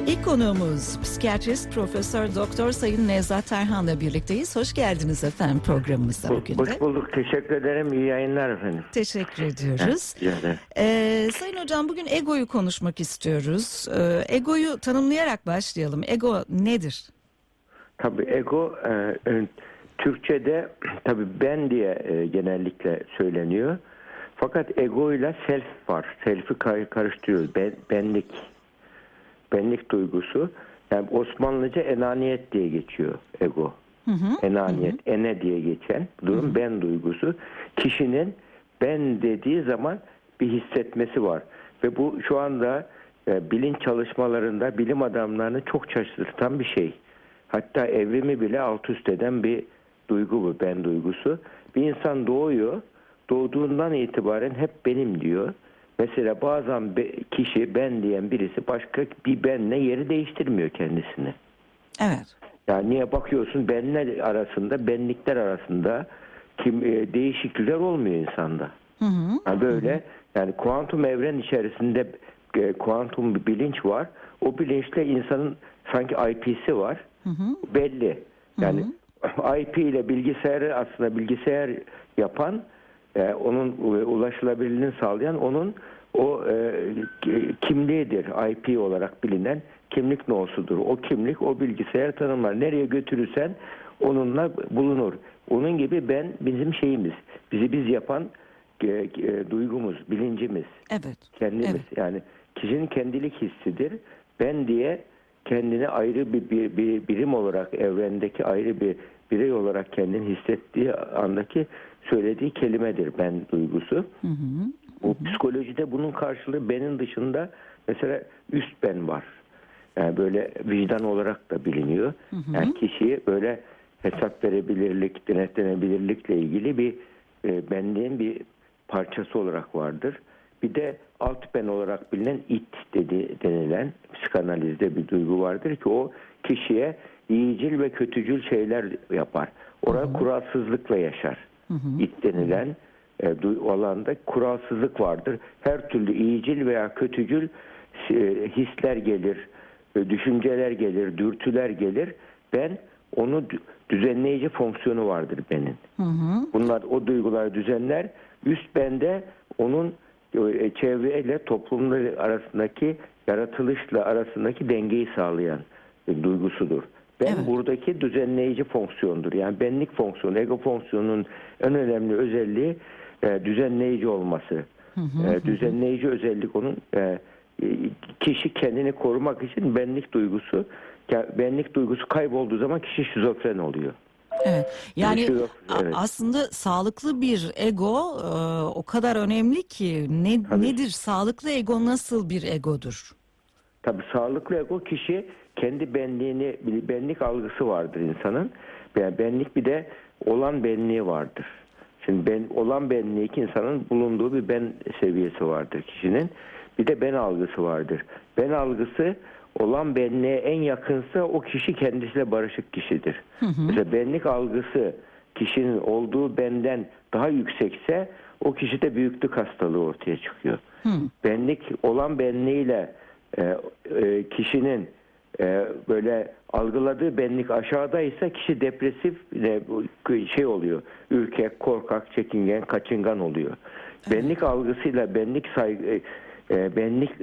İlk konuğumuz psikiyatrist Profesör Doktor Sayın Nevzat Tarhan'la birlikteyiz. Hoş geldiniz efendim programımıza bugün de. Hoş bulduk. Teşekkür ederim. İyi yayınlar efendim. Teşekkür ediyoruz. Sayın hocam, bugün egoyu konuşmak istiyoruz. Egoyu tanımlayarak başlayalım. Ego nedir? Tabii ego Türkçe'de tabii ben diye genellikle söyleniyor. Fakat ego ile self var. Self'i karıştırıyoruz. Benlik duygusu. Yani Osmanlıca enaniyet diye geçiyor ego. Enaniyet, ene diye geçen durum ben duygusu. Kişinin ben dediği zaman bir hissetmesi var. Ve bu şu anda bilinç çalışmalarında bilim adamlarını çok şaşırtan bir şey. Hatta evrimi bile alt üst eden bir duygu bu, ben duygusu. Bir insan doğuyor, doğduğundan itibaren hep benim diyor. Mesela bazen kişi ben diyen birisi başka bir benle yeri değiştirmiyor kendisini. Evet. Yani niye bakıyorsun benler arasında, benlikler arasında değişiklikler olmuyor insanda. Yani böyle yani kuantum evren içerisinde kuantum bir bilinç var. O bilinçle insanın sanki IP'si var. Belli. Yani IP ile bilgisayarı aslında bilgisayar yapan, onun ulaşılabilirliğini sağlayan onun o kimliğidir. IP olarak bilinen kimlik nosudur. O kimlik o bilgisayar tanımlar. Nereye götürürsen onunla bulunur. Onun gibi ben bizim şeyimiz. Bizi biz yapan duygumuz, bilincimiz. Evet. Kendimiz. Evet. Yani kişinin kendilik hissidir. Ben diye kendini ayrı bir birim olarak evrendeki ayrı bir birey olarak kendini hissettiği andaki söylediği kelimedir ben duygusu. Bu psikolojide bunun karşılığı benin dışında mesela üst ben var. Yani böyle vicdan olarak da biliniyor. Yani kişiye böyle hesap verebilirlik, denetlenebilirlikle ilgili bir benliğin bir parçası olarak vardır. Bir de alt ben olarak bilinen it denilen psikanalizde bir duygu vardır ki o kişiye iyicil ve kötücül şeyler yapar. Orada kuralsızlıkla yaşar. İt denilen alanda kuralsızlık vardır. Her türlü iyicil veya kötücül hisler gelir, düşünceler gelir, dürtüler gelir. Ben onu düzenleyici fonksiyonu vardır benim. Bunlar o duyguları düzenler. Üst bende onun çevreyle toplumlar arasındaki yaratılışla arasındaki dengeyi sağlayan duygusudur. Ben buradaki düzenleyici fonksiyondur. Yani benlik fonksiyonu, ego fonksiyonunun en önemli özelliği düzenleyici olması. Düzenleyici özellik onun kişi kendini korumak için benlik duygusu kaybolduğu zaman kişi şizofren oluyor. Evet. Yani aslında sağlıklı bir ego o kadar önemli ki nedir? Sağlıklı ego nasıl bir egodur? Tabii sağlıklı ego kişi kendi benlik algısı vardır insanın. Yani benlik bir de olan benliği vardır. Şimdi olan benliği insanın bulunduğu bir ben seviyesi vardır kişinin. Bir de ben algısı vardır. Ben algısı olan benliğe en yakınsa o kişi kendisiyle barışık kişidir. Mesela benlik algısı kişinin olduğu benden daha yüksekse o kişide büyüklük hastalığı ortaya çıkıyor. Olan benliğiyle kişinin böyle algıladığı benlik aşağıdaysa kişi depresif şey oluyor. Ürkek, korkak, çekingen, kaçıngan oluyor. Benlik algısıyla benlik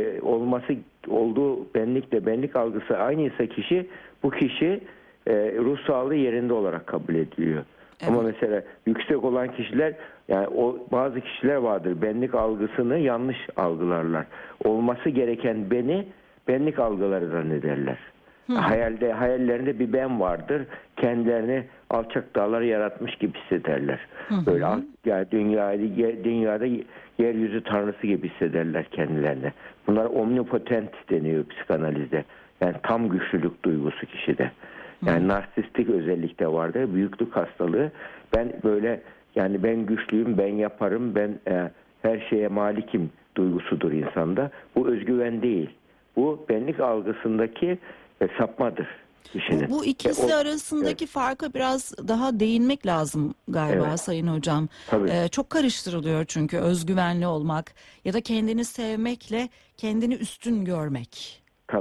olduğu benlikle benlik algısı aynıysa bu kişi ruh sağlığı yerinde olarak kabul ediliyor. Evet. Ama mesela yüksek olan kişiler yani bazı kişiler vardır benlik algısını yanlış algılarlar. Olması gereken benlik algıları zannederler. Hayallerinde bir ben vardır. Kendilerini alçak dağlar yaratmış gibi hissederler. Böyle yani dünyada yeryüzü tanrısı gibi hissederler kendilerine. Bunlar omnipotent deniyor psikanalizde. Yani tam güçlülük duygusu kişide. Yani narsistik özellik de vardır. Büyüklük hastalığı. Ben böyle yani ben güçlüyüm, ben yaparım, ben her şeye malikim duygusudur insanda. Bu özgüven değil. Bu benlik algısındaki sapmadır kişinin. Bu ikisi arasındaki farka biraz daha değinmek lazım galiba Sayın Hocam. Çok karıştırılıyor çünkü özgüvenli olmak ya da kendini sevmekle kendini üstün görmek. Tabii.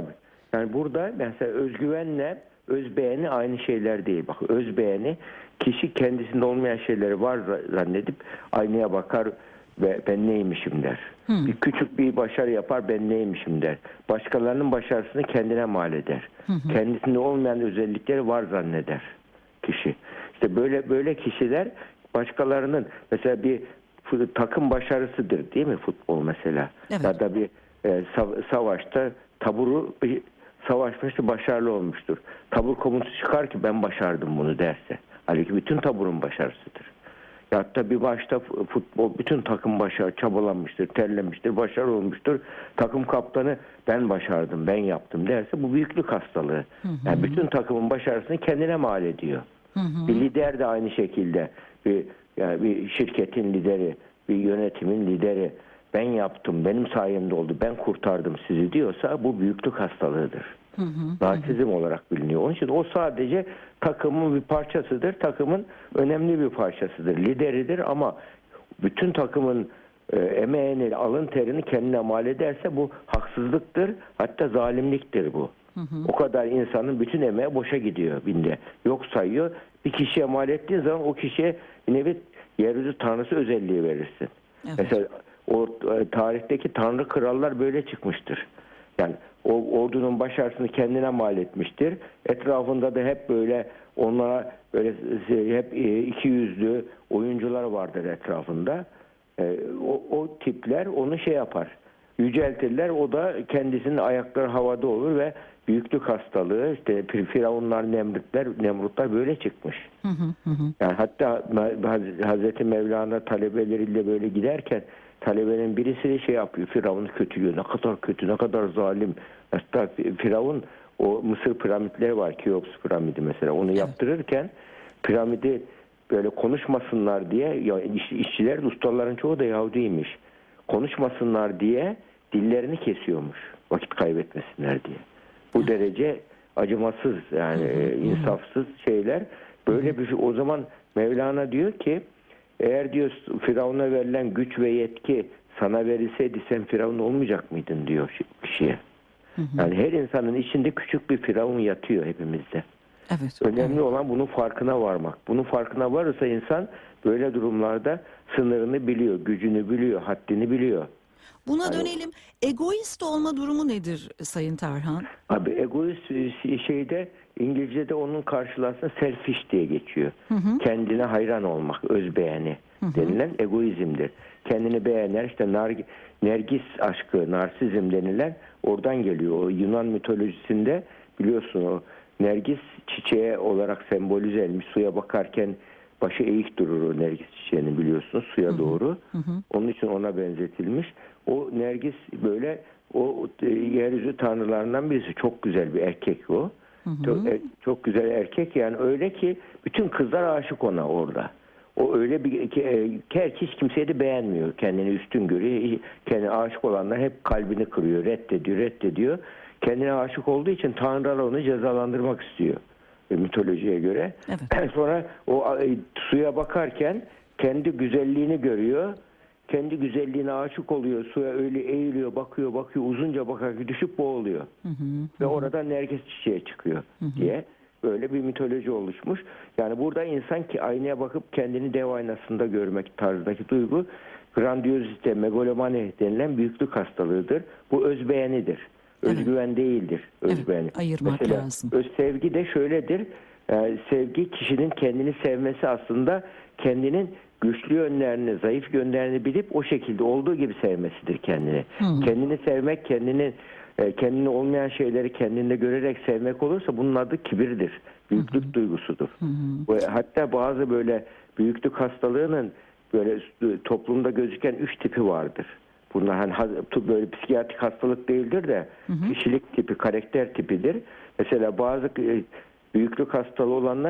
Yani burada mesela özgüvenle özbeğeni aynı şeyler değil. Bak, özbeğeni kişi kendisinde olmayan şeyleri var zannedip aynaya bakar ve ben neymişim der. Bir küçük bir başarı yapar, ben neymişim der. Başkalarının başarısını kendine mal eder. Kendisinde olmayan özellikleri var zanneder kişi. İşte böyle kişiler başkalarının, mesela bir takım başarısıdır değil mi futbol mesela? Evet. Ya da bir savaşta taburu bir savaşmıştır, başarılı olmuştur. Tabur komutu çıkar ki ben başardım bunu derse. Halbuki bütün taburun başarısıdır. Ya hatta bir maçta futbol bütün takım çabalanmıştır, terlemiştir, başarılı olmuştur. Takım kaptanı ben başardım, ben yaptım derse bu büyüklük hastalığı. Yani bütün takımın başarısını kendine mal ediyor. Bir lider de aynı şekilde, yani bir şirketin lideri, bir yönetimin lideri, ben yaptım, benim sayemde oldu, ben kurtardım sizi diyorsa bu büyüklük hastalığıdır. Narsizm olarak biliniyor. Onun için o sadece takımın bir parçasıdır, takımın önemli bir parçasıdır, lideridir ama bütün takımın emeğini, alın terini kendine mal ederse bu haksızlıktır, hatta zalimliktir bu. O kadar insanın bütün emeği boşa gidiyor binde. Yok sayıyor. Bir kişiye mal ettiğin zaman o kişiye bir nevi yeryüzü tanrısı özelliği verirsin. Evet. Mesela o tarihteki tanrı krallar böyle çıkmıştır. Yani o ordunun başarısını kendine mal etmiştir. Etrafında da hep böyle onlara böyle hep iki yüzlü oyuncular vardır etrafında. O tipler onu şey yapar. Yüceltirler. O da kendisinin ayakları havada olur ve büyüklük hastalığı, işte Firavunlar, Nemrutlar böyle çıkmış. Yani hatta Hazreti Mevlana talebeleriyle böyle giderken talebenin birisi de şey yapıyor, Firavun'u kötülüyor. Ne kadar kötü, ne kadar zalim. Hatta Firavun o Mısır piramitleri var, Keops piramidi mesela. Onu yaptırırken piramidi böyle konuşmasınlar diye, ya işçiler, ustaların çoğu da Yahudiymiş. Konuşmasınlar diye dillerini kesiyormuş. Vakit kaybetmesinler diye. Bu derece acımasız, yani insafsız şeyler. Böyle bir şey. O zaman Mevlana diyor ki, eğer diyor Firavun'a verilen güç ve yetki sana verilseydi sen Firavun olmayacak mıydın diyor kişiye. Yani her insanın içinde küçük bir Firavun yatıyor hepimizde. Evet. Önemli olan bunun farkına varmak. Bunun farkına varırsa insan böyle durumlarda sınırını biliyor, gücünü biliyor, haddini biliyor. Buna dönelim. Egoist olma durumu nedir Sayın Tarhan? Abi egoist şeyde, İngilizce'de onun karşılasına selfish diye geçiyor. Kendine hayran olmak, özbeğeni denilen egoizmdir. Kendini beğenir, işte nergis aşkı, narsizm denilen oradan geliyor. O Yunan mitolojisinde biliyorsun o nergis çiçeği olarak sembolize edilmiş. Suya bakarken başı eğik durur o nergis çiçeğinin, biliyorsunuz, suya doğru. Onun için ona benzetilmiş. O nergis böyle o yeryüzü tanrılarından birisi. Çok güzel bir erkek o. Çok güzel erkek, yani öyle ki bütün kızlar aşık ona orada. O öyle bir hiç kimseyi de beğenmiyor. Kendini üstün görüyor. Kendine aşık olanlar hep kalbini kırıyor, reddediyor. Kendine aşık olduğu için tanrılar onu cezalandırmak istiyor mitolojiye göre. Evet. Sonra o suya bakarken kendi güzelliğini görüyor. Kendi güzelliğine aşık oluyor. Suya öyle eğiliyor, bakıyor, uzunca bakar, düşüp boğuluyor. Ve oradan nergis çiçeği çıkıyor diye böyle bir mitoloji oluşmuş. Yani burada insan ki aynaya bakıp kendini dev aynasında görmek tarzındaki duygu grandiyozite, megalomani denilen büyüklük hastalığıdır. Bu özbeğenidir. Özgüven değildir özbeğeni. Evet, ayırmak mesela lazım. Sevgi de şöyledir. Sevgi kişinin kendini sevmesi, aslında kendinin güçlü yönlerini, zayıf yönlerini bilip o şekilde olduğu gibi sevmesidir kendini. Kendini sevmek, kendine olmayan şeyleri kendinde görerek sevmek olursa bunun adı kibirdir. Büyüklük duygusudur. Hatta bazı böyle büyüklük hastalığının böyle toplumda gözüken 3 tipi vardır. Bunlar hani böyle psikiyatrik hastalık değildir de kişilik tipi, karakter tipidir. Mesela bazı büyüklük hastalığı olanlar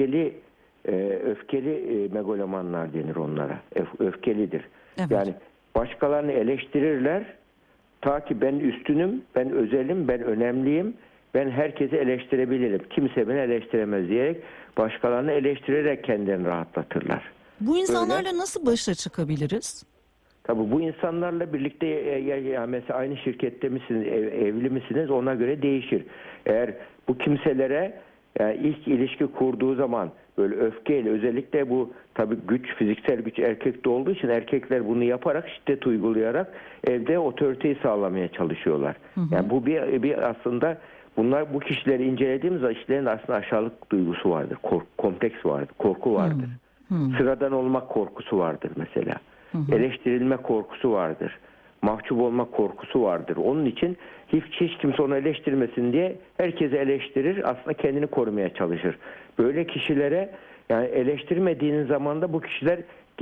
öfkeli megalomanlar denir onlara. Öfkelidir. Evet. Yani başkalarını eleştirirler. Ta ki ben üstünüm, ben özelim, ben önemliyim, ben herkesi eleştirebilirim. Kimse beni eleştiremez diyerek başkalarını eleştirerek kendilerini rahatlatırlar. Bu insanlarla nasıl başa çıkabiliriz? Tabii bu insanlarla birlikte mesela aynı şirkette misiniz, evli misiniz ona göre değişir. Eğer bu kimselere ilk ilişki kurduğu zaman böyle öfkeyle, özellikle bu tabii güç, fiziksel güç erkekte olduğu için erkekler bunu yaparak, şiddet uygulayarak evde otoriteyi sağlamaya çalışıyorlar. Yani bu bir aslında bu kişileri incelediğimiz zaman kişilerin aslında aşağılık duygusu vardır, kompleks vardır, korku vardır. Sıradan olmak korkusu vardır mesela. Eleştirilme korkusu vardır. Mahcup olma korkusu vardır. Onun için hiç kimse onu eleştirmesin diye herkesi eleştirir. Aslında kendini korumaya çalışır. Böyle kişilere yani eleştirmediğiniz zaman da bu kişiler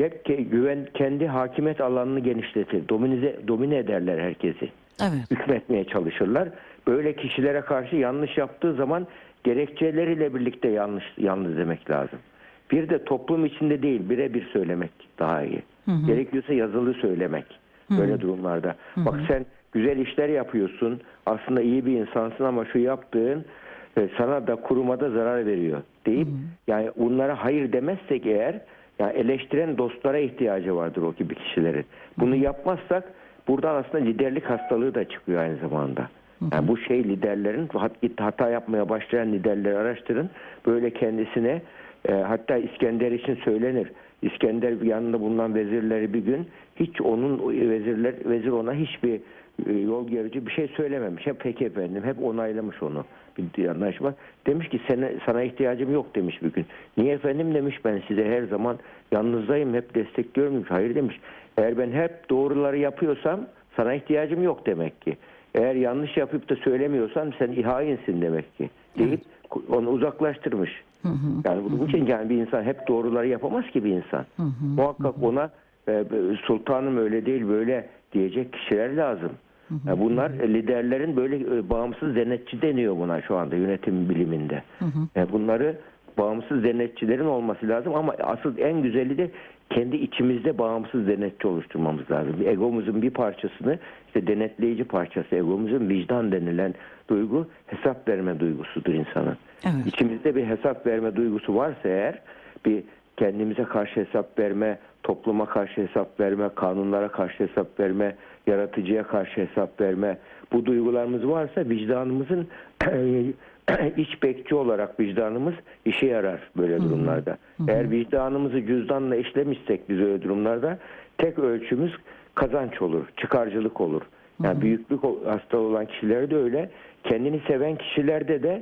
kendi hakimiyet alanını genişletir. Domine ederler herkesi. Evet. Hükmetmeye çalışırlar. Böyle kişilere karşı yanlış yaptığı zaman gerekçeleriyle birlikte yanlış demek lazım. Bir de toplum içinde değil, birebir söylemek daha iyi. Gerekiyorsa yazılı söylemek. Böyle durumlarda. Bak sen güzel işler yapıyorsun. Aslında iyi bir insansın ama şu yaptığın sana da kuruma da zarar veriyor deyip yani onlara hayır demezsek eğer yani eleştiren dostlara ihtiyacı vardır o gibi kişilerin. Bunu yapmazsak buradan aslında liderlik hastalığı da çıkıyor aynı zamanda. Yani bu liderlerin hata yapmaya başlayan liderleri araştırın. Böyle kendisine hatta İskender için söylenir. İskender yanında bulunan vezirleri bir gün hiç onun vezir ona hiçbir yol görücü bir şey söylememiş. Hep peki efendim, hep onaylamış onu. Bir anlaşma. Demiş ki sana ihtiyacım yok demiş bir gün. Niye efendim demiş, ben size her zaman yanınızdayım, hep destekliyorum demiş. Hayır demiş. Eğer ben hep doğruları yapıyorsam sana ihtiyacım yok demek ki. Eğer yanlış yapıp da söylemiyorsan sen hainsin demek ki deyip onu uzaklaştırmış. Yani bunun için yani bir insan hep doğruları yapamaz ki bir insan. Muhakkak ona sultanım öyle değil böyle diyecek kişiler lazım. Yani bunlar liderlerin böyle bağımsız denetçi deniyor buna şu anda yönetim biliminde. Yani bunları bağımsız denetçilerin olması lazım ama asıl en güzeli de kendi içimizde bağımsız denetçi oluşturmamız lazım. Egomuzun bir parçasını, işte denetleyici parçası, egomuzun vicdan denilen duygu hesap verme duygusudur insanın. Evet. İçimizde bir hesap verme duygusu varsa eğer, bir kendimize karşı hesap verme, topluma karşı hesap verme, kanunlara karşı hesap verme, yaratıcıya karşı hesap verme, bu duygularımız varsa vicdanımızın iç bekçi olarak vicdanımız işe yarar böyle durumlarda. Eğer vicdanımızı cüzdanla işlemişsek biz öyle durumlarda tek ölçümüz kazanç olur, çıkarcılık olur. Yani büyüklük hastalığı olan kişilerde öyle, kendini seven kişilerde de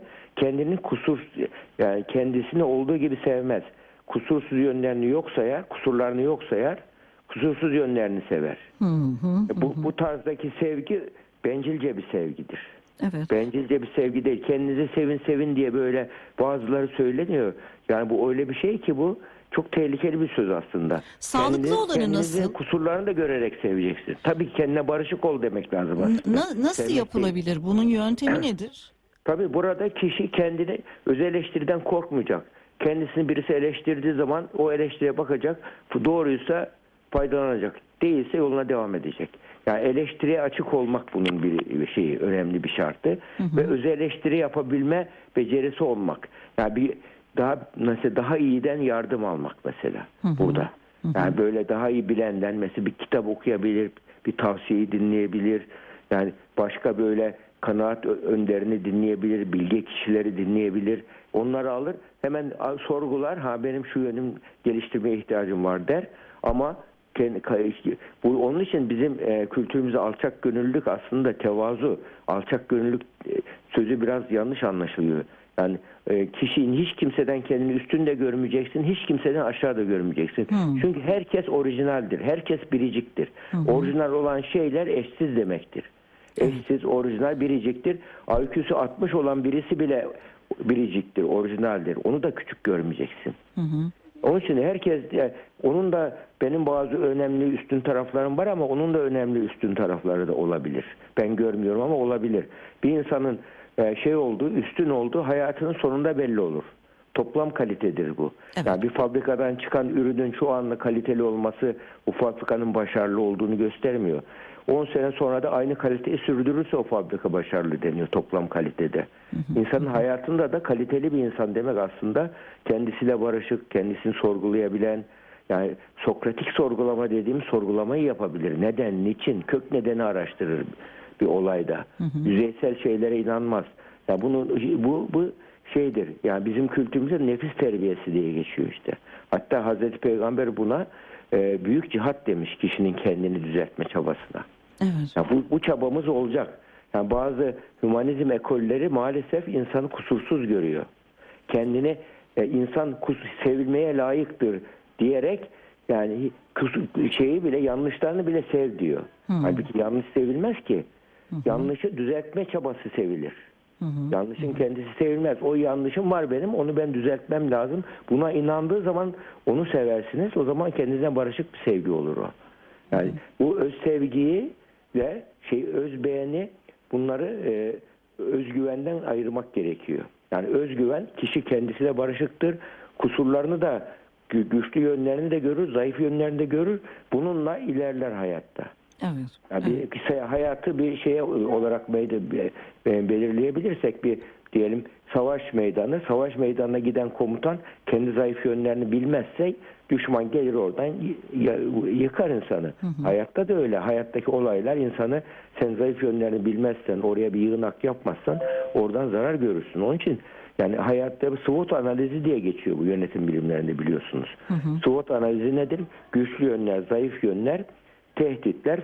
yani kendisini olduğu gibi sevmez. Kusursuz yönlerini yok sayar, kusurlarını yok sayar, kusursuz yönlerini sever. Bu tarzdaki sevgi bencilce bir sevgidir. Evet. Bencilce bir sevgi değil. Kendinizi sevin diye böyle bazıları söyleniyor. Yani bu öyle bir şey ki bu çok tehlikeli bir söz aslında. Sağlıklı olanı nasıl? Kusurlarını da görerek seveceksin. Tabii ki kendine barışık ol demek lazım aslında. Nasıl sevmek yapılabilir? Değil. Bunun yöntemi nedir? Tabii burada kişi kendini öz eleştiriden korkmayacak. Kendisini birisi eleştirdiği zaman o eleştiriye bakacak. Doğruysa faydalanacak. Değilse yoluna devam edecek. Yani eleştiriye açık olmak bunun bir şeyi, önemli bir şartı. Ve öz eleştiri yapabilme becerisi olmak. Yani mesela daha iyiden yardım almak mesela burada. Yani böyle daha iyi bilenden mesela bir kitap okuyabilir, bir tavsiyeyi dinleyebilir. Yani başka böyle kanaat önderini dinleyebilir, bilge kişileri dinleyebilir. Onları alır, hemen sorgular. Benim şu yönüm geliştirmeye ihtiyacım var der. Ama onun için bizim kültürümüzde alçak gönüllülük aslında tevazu. Alçak gönüllülük sözü biraz yanlış anlaşılıyor. Yani hiç kimseden kendini üstün de görmeyeceksin, hiç kimseden aşağıda görmeyeceksin. Çünkü herkes orijinaldir, herkes biriciktir. Orijinal olan şeyler eşsiz demektir. Eşsiz, orijinal, biriciktir. IQ'su 60 olan birisi bile biriciktir, orijinaldir. Onu da küçük görmeyeceksin. Onun için herkes, onun da benim bazı önemli üstün taraflarım var ama onun da önemli üstün tarafları da olabilir. Ben görmüyorum ama olabilir. Bir insanın üstün olduğu hayatının sonunda belli olur. Toplam kalitedir bu. Evet. Yani bir fabrikadan çıkan ürünün şu anda kaliteli olması o fabrikanın başarılı olduğunu göstermiyor. 10 sene sonra da aynı kaliteyi sürdürürse o fabrika başarılı deniyor toplam kalitede. İnsanın hayatında da kaliteli bir insan demek aslında kendisiyle barışık, kendisini sorgulayabilen, Yani sokratik sorgulama dediğimiz sorgulamayı yapabilir. Neden, niçin, kök nedeni araştırır bir olayda. Yüzeysel şeylere inanmaz. Ya bu şeydir. Yani bizim kültürümüzde nefis terbiyesi diye geçiyor işte. Hatta Hazreti Peygamber buna büyük cihat demiş, kişinin kendini düzeltme çabasına. Evet. Ya bu çabamız olacak. Yani bazı hümanizm ekolleri maalesef insanı kusursuz görüyor. Kendini insan sevilmeye layıktır diyerek yani şeyi bile, yanlışlarını bile sev diyor. Halbuki yanlış sevilmez ki. Yanlışı düzeltme çabası sevilir. Yanlışın kendisi sevilmez. O yanlışım var benim, onu ben düzeltmem lazım. Buna inandığı zaman onu seversiniz. O zaman kendinize barışık bir sevgi olur o. Yani bu öz sevgiyi ve özbeğeni, bunları özgüvenden ayırmak gerekiyor. Yani özgüven, kişi kendisiyle barışıktır. Kusurlarını da, güçlü yönlerini de görür, zayıf yönlerini de görür. Bununla ilerler hayatta. Evet. Yani hayatı bir şeye olarak belirleyebilirsek, bir diyelim savaş meydanı. Savaş meydanına giden komutan kendi zayıf yönlerini bilmezse düşman gelir oradan yıkar insanı. Hayatta da öyle. Hayattaki olaylar insanı, sen zayıf yönlerini bilmezsen, oraya bir yığınak yapmazsan oradan zarar görürsün. Onun için yani hayatta bir SWOT analizi diye geçiyor bu yönetim bilimlerinde, biliyorsunuz. SWOT analizi nedir? Güçlü yönler, zayıf yönler, tehditler,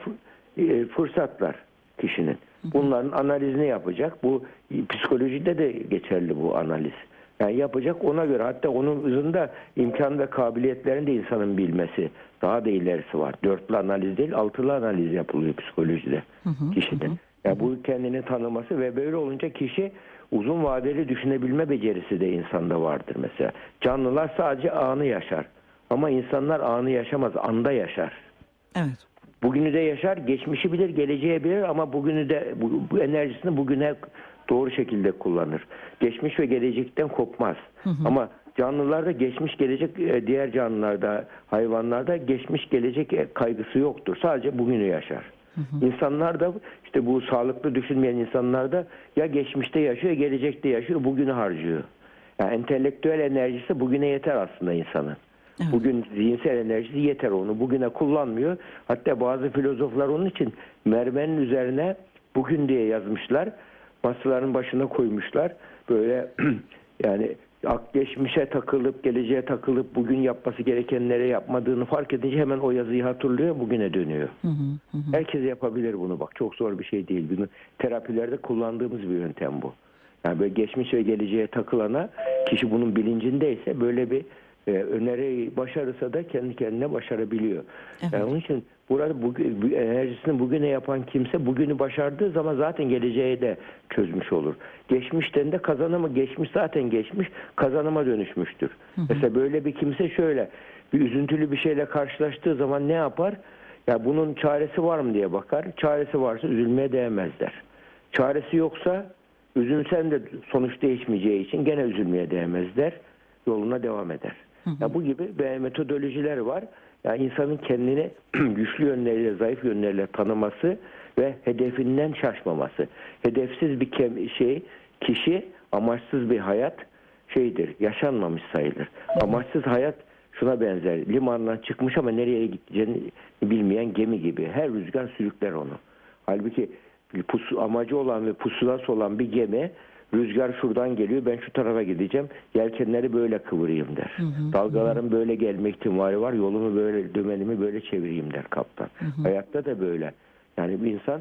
fırsatlar kişinin. Bunların analizini yapacak. Bu psikolojide de geçerli bu analiz. Yani yapacak, ona göre, hatta onun hızında imkan ve kabiliyetlerini de insanın bilmesi daha da ilerisi var. 4'lü analiz değil, 6'lı analiz yapılıyor psikolojide kişinin. Yani bu kendini tanıması ve böyle olunca kişi uzun vadeli düşünebilme becerisi de insanda vardır mesela. Canlılar sadece anı yaşar. Ama insanlar anı yaşamaz, anda yaşar. Evet. Bugünü de yaşar, geçmişi bilir, geleceği bilir ama bugünü de, bu enerjisini bugüne doğru şekilde kullanır. Geçmiş ve gelecekten kopmaz. Ama canlılarda geçmiş gelecek, diğer canlılarda, hayvanlarda geçmiş gelecek kaygısı yoktur. Sadece bugünü yaşar. İnsanlar da işte bu sağlıklı düşünmeyen insanlar da ya geçmişte yaşıyor, gelecekte yaşıyor, bugünü harcıyor. Yani entelektüel enerjisi bugüne yeter aslında insanın. Evet. Bugün zihinsel enerjisi yeter, onu bugüne kullanmıyor. Hatta bazı filozoflar onun için mermerin üzerine bugün diye yazmışlar. Masaların başına koymuşlar. Böyle yani geçmişe takılıp, geleceğe takılıp bugün yapması gerekenleri yapmadığını fark edince hemen o yazıyı hatırlıyor, bugüne dönüyor. Herkes yapabilir bunu, bak çok zor bir şey değil. Bunu terapilerde kullandığımız bir yöntem bu. Yani böyle geçmiş ve geleceğe takılana, kişi bunun bilincindeyse, böyle bir öneriyi başarırsa da kendi kendine başarabiliyor. Evet. Yani onun için burada enerjisini bugüne yapan kimse bugünü başardığı zaman zaten geleceği de çözmüş olur. Geçmişten de geçmiş zaten geçmiş, kazanıma dönüşmüştür. Mesela böyle bir kimse şöyle bir üzüntülü bir şeyle karşılaştığı zaman ne yapar? Ya bunun çaresi var mı diye bakar. Çaresi varsa üzülmeye değmez der. Çaresi yoksa üzülsen de sonuç değişmeyeceği için gene üzülmeye değmez der. Yoluna devam eder. Ya bu gibi metodolojiler var. Yani insanın kendini güçlü yönleriyle, zayıf yönleriyle tanıması ve hedefinden şaşmaması. Hedefsiz bir kişi, amaçsız bir hayat yaşanmamış sayılır. Amaçsız hayat şuna benzer. Limandan çıkmış ama nereye gideceğini bilmeyen gemi gibi. Her rüzgar sürükler onu. Halbuki amacı olan ve pusulası olan bir gemi, rüzgar şuradan geliyor, ben şu tarafa gideceğim, yelkenleri böyle kıvırayım der. Dalgaların böyle gelme ihtimali var, yolumu böyle, dümenimi böyle çevireyim der kaptan. Hayatta da böyle. Yani bir insan,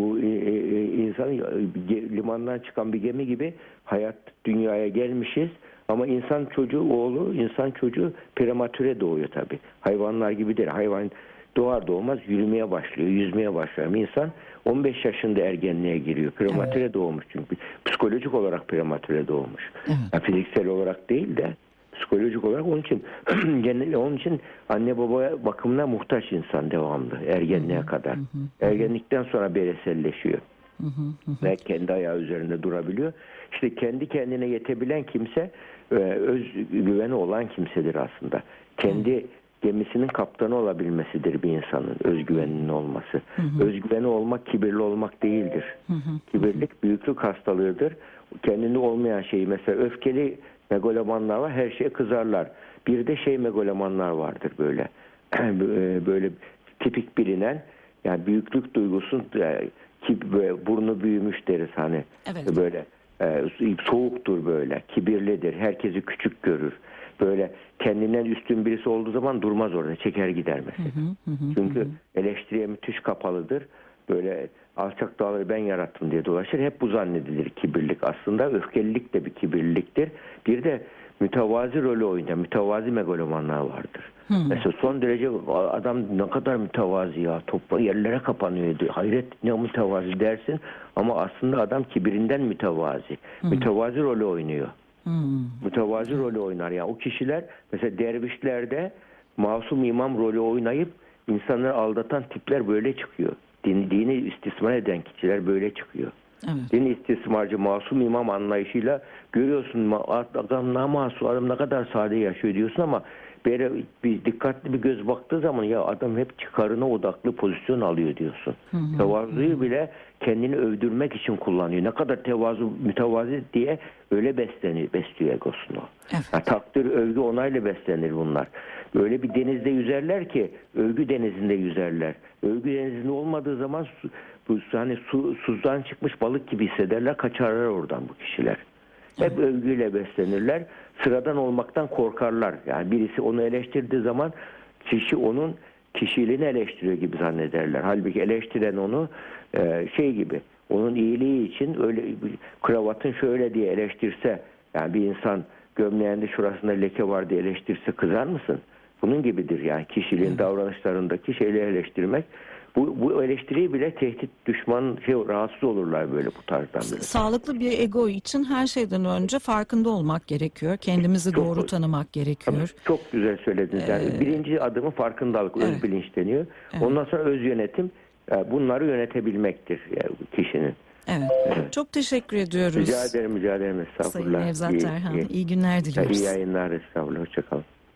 limandan çıkan bir gemi gibi hayat, dünyaya gelmişiz ama insan çocuğu prematüre doğuyor tabii. Hayvanlar gibi değil. Hayvan doğar doğmaz yürümeye başlıyor, yüzmeye başlıyor. İnsan 15 yaşında ergenliğe giriyor. Prematüre doğmuş çünkü. Psikolojik olarak prematüre doğmuş. Yani fiziksel olarak değil de psikolojik olarak. Onun için anne babaya bakımına muhtaç insan devamlı ergenliğe kadar. Ergenlikten sonra bereselleşiyor. Ve kendi ayağı üzerinde durabiliyor. İşte kendi kendine yetebilen kimse özgüveni olan kimsedir aslında. Kendi gemisinin kaptanı olabilmesidir bir insanın özgüveninin olması. Özgüveni olmak kibirli olmak değildir. Kibirlik büyüklük hastalığıdır. Kendinde olmayan şeyi, mesela öfkeli megalomanlar var, her şeye kızarlar. Bir de megalomanlar vardır böyle. Böyle tipik bilinen, yani büyüklük duygusu ki burnu büyümüş deriz hani. Evet. Böyle soğuktur, böyle kibirlidir, herkesi küçük görür. Böyle kendinden üstün birisi olduğu zaman durmaz orada, çeker gider mesela. Çünkü eleştiriye müthiş kapalıdır. Böyle alçak dağları ben yarattım diye dolaşır. Hep bu zannedilir kibirlik. Aslında öfkelilik de bir kibirliktir. Bir de mütevazi rolü oynayan mütevazi megalomanlar vardır. Mesela son derece adam ne kadar mütevazi ya, topla yerlere kapanıyor. Hayret, ne mütevazi dersin ama aslında adam kibirinden mütevazi. Mütevazi rolü oynuyor. Mütevazi rolü oynar. Yani o kişiler mesela dervişlerde masum imam rolü oynayıp insanları aldatan tipler böyle çıkıyor. Dini istismar eden kişiler böyle çıkıyor. Evet. Din istismarcı masum imam anlayışıyla görüyorsun, adam ne masum, adam ne kadar sade yaşıyor diyorsun ama böyle bir dikkatli bir göz baktığı zaman ya adam hep çıkarına odaklı pozisyon alıyor diyorsun. Tevazuyu bile kendini övdürmek için kullanıyor. Ne kadar mütevazi diye öyle besliyor egosunu. Evet. Yani takdir, övgü, onayla beslenir bunlar. Böyle bir denizde yüzerler ki övgü denizinde yüzerler. Övgü denizinde olmadığı zaman sudan çıkmış balık gibi hissederler, kaçarlar oradan bu kişiler. Hep övgüyle beslenirler. Sıradan olmaktan korkarlar. Yani birisi onu eleştirdiği zaman kişi onun kişiliğini eleştiriyor gibi zannederler. Halbuki eleştiren onu gibi, onun iyiliği için öyle kravatın şöyle diye eleştirse, yani bir insan gömleğinde şurasında leke var diye eleştirse kızar mısın? Bunun gibidir yani kişiliğin davranışlarındaki şeyleri eleştirmek. Bu eleştiriyi bile tehdit, düşman rahatsız olurlar böyle bu tarzdan. Sağlıklı bir ego için her şeyden önce farkında olmak gerekiyor. Kendimizi doğru tanımak gerekiyor. Çok güzel söylediniz. Yani birinci adımı farkındalık, öz bilinç deniyor. Evet. Ondan sonra öz yönetim, bunları yönetebilmektir yani kişinin. Evet. Çok teşekkür ediyoruz. Rica ederim. Estağfurullah. Sayın Nevzat Terhan. İyi günler diliyoruz. İyi yayınlar. Estağfurullah. Hoşçakalın.